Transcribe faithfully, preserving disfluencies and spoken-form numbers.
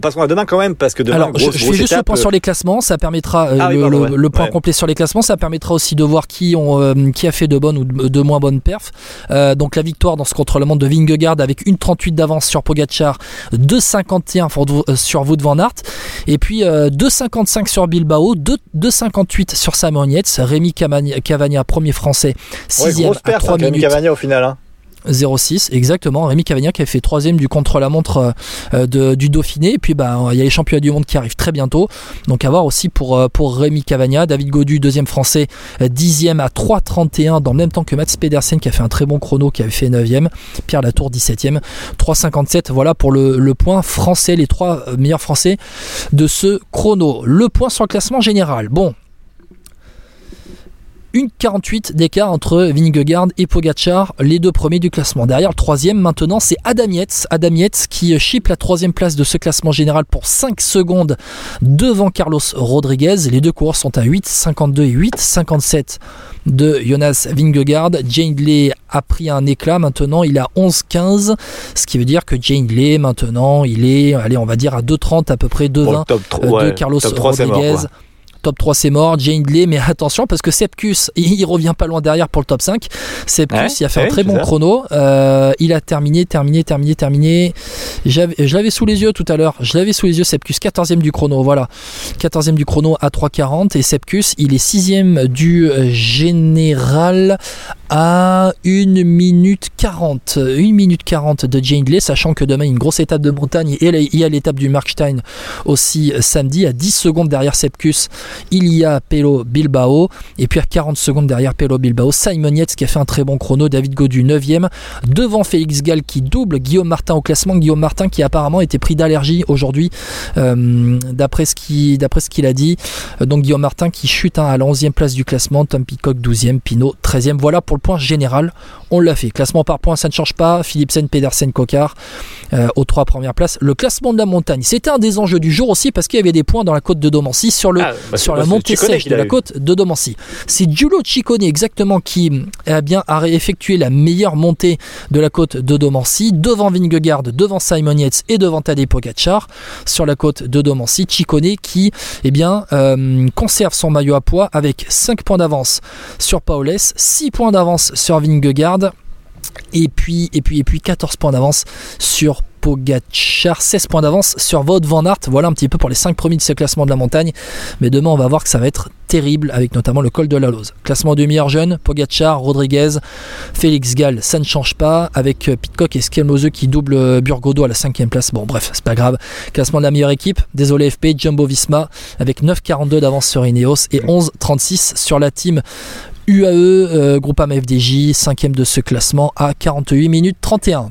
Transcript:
passons à demain quand même, parce que demain, Alors, grosse, je, je grosse fais juste étape, le point euh... sur les classements, ça permettra euh, ah, oui, le, pardon, le, ouais. le point ouais. complet sur les classements, ça permettra aussi de voir qui, ont, euh, qui a fait de bonnes ou de, de moins bonnes perfs. Euh, donc la victoire dans ce contre-la-montre de Vingegaard avec une trente-huit d'avance sur Pogačar, deux cinquante et un sur Wout van Aert, et puis euh, deux cinquante-cinq sur Bilbao, deux cinquante-huit sur Simon Yates, Rémi Cavagna, premier français, sixième ouais, à trois hein, minutes. Rémi Cavagna au final, hein. zéro six, exactement. Rémi Cavagna qui a fait troisième du contre-la-montre euh, de, du Dauphiné. Et puis bah, il y a les championnats du monde qui arrivent très bientôt. Donc à voir aussi pour, euh, pour Rémi Cavagna. David Gaudu, deuxième français, euh, dixième à trois trente et un, dans le même temps que Mats Pedersen qui a fait un très bon chrono, qui avait fait neuvième. Pierre Latour, dix-septième. trois cinquante-sept, voilà pour le, le point français, les trois meilleurs français de ce chrono. Le point sur le classement général. Bon. une quarante-huit d'écart entre Vingegaard et Pogačar, les deux premiers du classement. Derrière le troisième, maintenant, c'est Adam Yates. Adam Yates qui chipe la troisième place de ce classement général pour cinq secondes devant Carlos Rodriguez. Les deux coureurs sont à huit cinquante-deux et huit cinquante-sept de Jonas Vingegaard. Jay Hindley a pris un éclat. Maintenant, il est à onze quinze, ce qui veut dire que Jay Hindley, maintenant, il est, allez, on va dire à deux trente à peu près, deux vingt bon, euh, ouais, de Carlos Rodriguez. Top trois c'est mort, Jay Hindley, mais attention parce que Sepkus il, il revient pas loin derrière pour le top cinq. Sepkus ouais, il a fait ouais, un très bon ça. chrono, euh, il a terminé, terminé, terminé, terminé. J'avais, je l'avais sous les yeux tout à l'heure, je l'avais sous les yeux Sepkus, quatorzième du chrono, voilà. quatorzième du chrono à trois quarante et Sepkus il est sixième du général à une minute quarante. une minute quarante de Jay Hindley, sachant que demain il y a une grosse étape de montagne et il y a l'étape du Markstein aussi samedi, à dix secondes derrière Sepkus. Il y a Pello Bilbao et puis à quarante secondes derrière Pello Bilbao, Simon Yates qui a fait un très bon chrono, David Gaudu neuvième, devant Félix Gall qui double Guillaume Martin au classement. Guillaume Martin qui apparemment était pris d'allergie aujourd'hui, euh, d'après ce qu'il, d'après ce qu'il a dit. Donc Guillaume Martin qui chute hein, à la onzième place du classement, Tom Pidcock douzième, Pinot treizième. Voilà pour le point général, on l'a fait. Classement par points, ça ne change pas. Philipsen, Pedersen, Coquard euh, aux trois premières places. Le classement de la montagne, c'était un des enjeux du jour aussi parce qu'il y avait des points dans la côte de Domancy sur le ah, bah, sur la montée sèche de la eu. côte de Domancy. C'est Giulio Ciccone exactement qui eh bien, a effectué la meilleure montée de la côte de Domancy, devant Vingegaard, devant Simon Yates et devant Tadej Pogačar sur la côte de Domancy. Ciccone qui eh bien, euh, conserve son maillot à pois avec cinq points d'avance sur Paules, six points d'avance sur Vingegaard et puis, et puis, et puis quatorze points d'avance sur Pogačar, seize points d'avance sur Wout van Aert. Voilà un petit peu pour les cinq premiers de ce classement de la montagne. Mais demain, on va voir que ça va être terrible avec notamment le col de la Lose. Classement du meilleur jeune, Pogačar, Rodriguez, Félix Gall, ça ne change pas. Avec Pidcock et Skelmose qui double Burgodo à la cinquième place. Bon, bref, c'est pas grave. Classement de la meilleure équipe, désolé F P, Jumbo Visma avec neuf quarante-deux d'avance sur Ineos et onze trente-six sur la team U A E, euh, Groupama F D J, cinquième de ce classement à quarante-huit minutes trente et un.